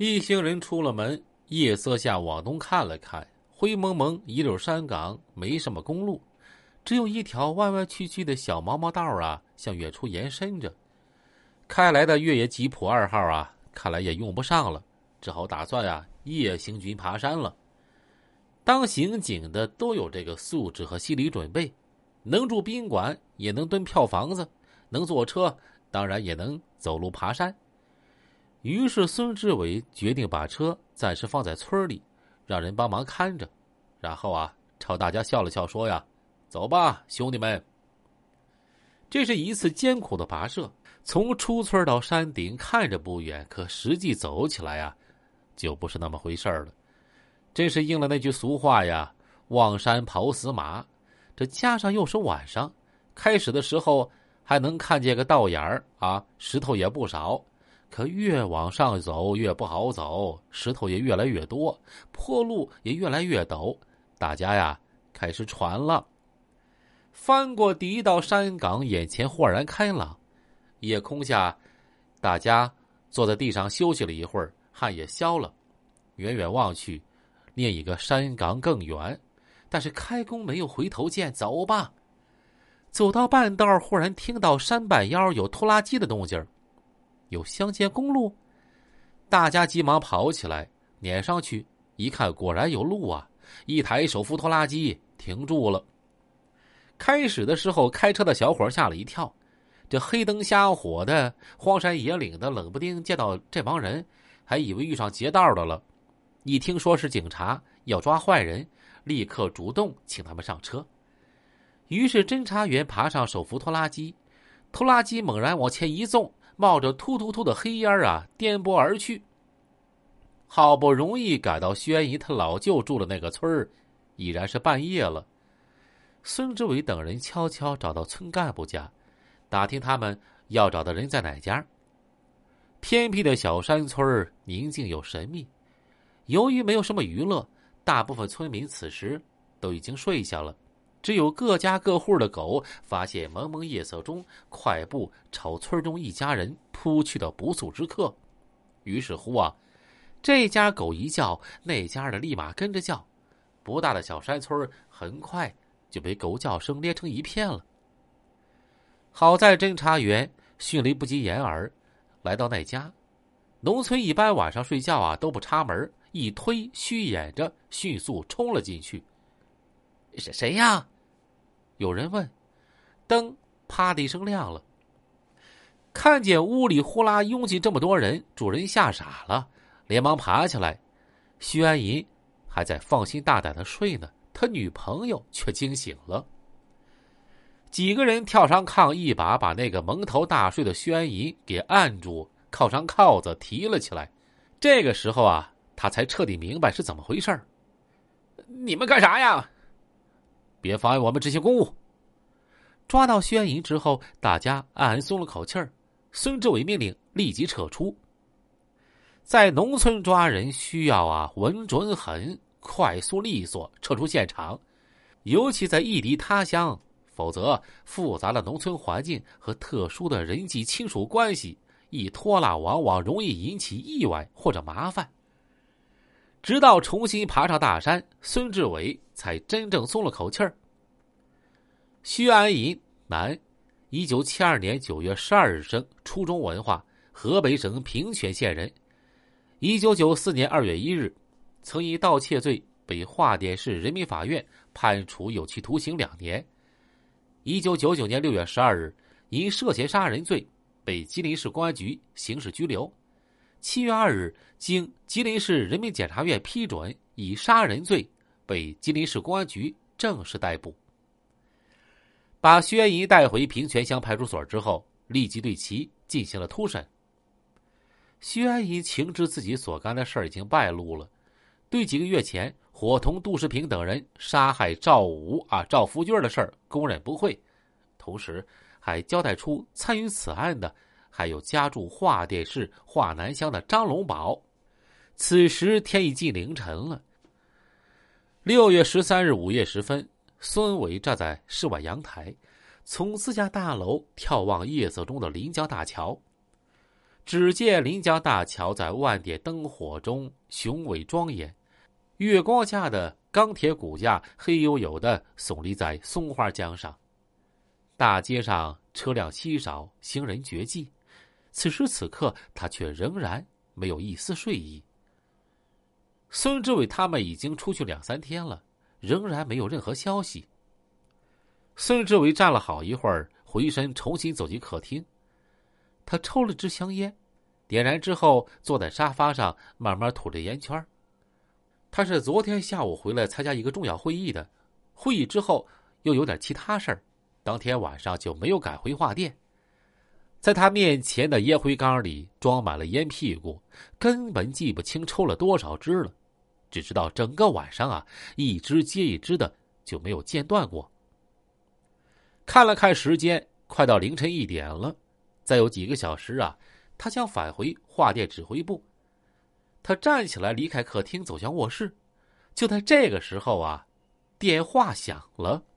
一行人出了门，夜色下往东看了看，灰蒙蒙一溜山岗，没什么公路，只有一条弯弯曲曲的小毛毛道啊，向远处延伸着。开来的越野吉普2号啊，看来也用不上了，只好打算夜行军爬山了。当刑警的都有这个素质和心理准备，能住宾馆，也能蹲票房子，能坐车，当然也能走路爬山。于是孙志伟决定把车暂时放在村里，让人帮忙看着，然后朝大家笑了笑说走吧，兄弟们。这是一次艰苦的跋涉，从出村到山顶看着不远，可实际走起来就不是那么回事了。真是应了那句俗话望山跑死马。这加上又是晚上，开始的时候还能看见个道眼儿石头也不少，可越往上走越不好走，石头也越来越多，坡路也越来越陡，大家开始喘了。翻过第一道山岗，眼前豁然开朗，夜空下大家坐在地上休息了一会儿，汗也消了。远远望去，另一个山岗更远，但是开弓没有回头箭，走吧。走到半道，忽然听到山半腰有拖拉机的动静，有乡间公路。大家急忙跑起来，撵上去一看，果然有路一台手扶拖拉机停住了。开始的时候，开车的小伙吓了一跳，这黑灯瞎火的，荒山野岭的，冷不丁见到这帮人，还以为遇上劫道的了。一听说是警察要抓坏人，立刻主动请他们上车。于是侦查员爬上手扶拖拉机，拖拉机猛然往前一纵，冒着突突突的黑烟颠簸而去。好不容易赶到薛安姨他老舅住的那个村儿，已然是半夜了。孙志伟等人悄悄找到村干部家，打听他们要找的人在哪家。偏僻的小山村宁静又神秘，由于没有什么娱乐，大部分村民此时都已经睡下了，只有各家各户的狗发现蒙蒙夜色中快步朝村中一家人扑去的不速之客。于是乎这家狗一叫，那家的立马跟着叫，不大的小山村很快就被狗叫声连成一片了。好在侦查员迅雷不及掩耳，来到那家。农村一般晚上睡觉都不插门，一推虚掩着，迅速冲了进去。谁呀？有人问。灯啪的一声亮了，看见屋里呼啦拥进这么多人，主人吓傻了，连忙爬起来。徐安银还在放心大胆的睡呢，他女朋友却惊醒了。几个人跳上炕，一把把那个蒙头大睡的徐安银给按住，靠上铐子提了起来。这个时候他才彻底明白是怎么回事。你们干啥呀？别妨碍我们执行公务。抓到徐安银之后，大家暗暗松了口气儿。孙志伟命令立即撤出。在农村抓人需要稳准狠，快速利索撤出现场，尤其在异地他乡，否则复杂的农村环境和特殊的人际亲属关系一拖拉，往往容易引起意外或者麻烦。直到重新爬上大山，孙志伟才真正松了口气儿。徐安银，男，1972年9月12日生，初中文化，河北省平泉县人。1994年2月1日，曾以盗窃罪被桦甸市人民法院判处有期徒刑2年。1999年6月12日，因涉嫌杀人罪被吉林市公安局刑事拘留。7月2日，经吉林市人民检察院批准，以杀人罪被吉林市公安局正式逮捕。把徐安银带回平泉乡派出所之后，立即对其进行了突审。徐安银情知自己所干的事儿已经败露了，对几个月前伙同杜世平等人杀害赵福军的事儿供认不讳，同时还交代出参与此案的还有家住桦甸市桦南乡的张龙宝。此时天已近凌晨了。6月13日午夜时分，孙伟站在室外阳台，从自家大楼眺望夜色中的临江大桥。 只见临江大桥在万点灯火中雄伟庄严，月光下的钢铁骨架黑黝黝地耸立在松花江上。大街上车辆稀少，行人绝迹。此时此刻，他却仍然没有一丝睡意。孙志伟他们已经出去2-3天了，仍然没有任何消息。孙志伟站了好一会儿，回身重新走进客厅。他抽了支香烟，点燃之后坐在沙发上慢慢吐着烟圈。他是昨天下午回来参加一个重要会议的，会议之后又有点其他事儿，当天晚上就没有赶回话店。在他面前的烟灰缸里装满了烟屁股，根本记不清抽了多少支了，只知道整个晚上啊，一支接一支的就没有间断过。看了看时间，快到凌晨1点了，再有几个小时啊，他将返回话店指挥部。他站起来离开客厅，走向卧室。就在这个时候啊，电话响了。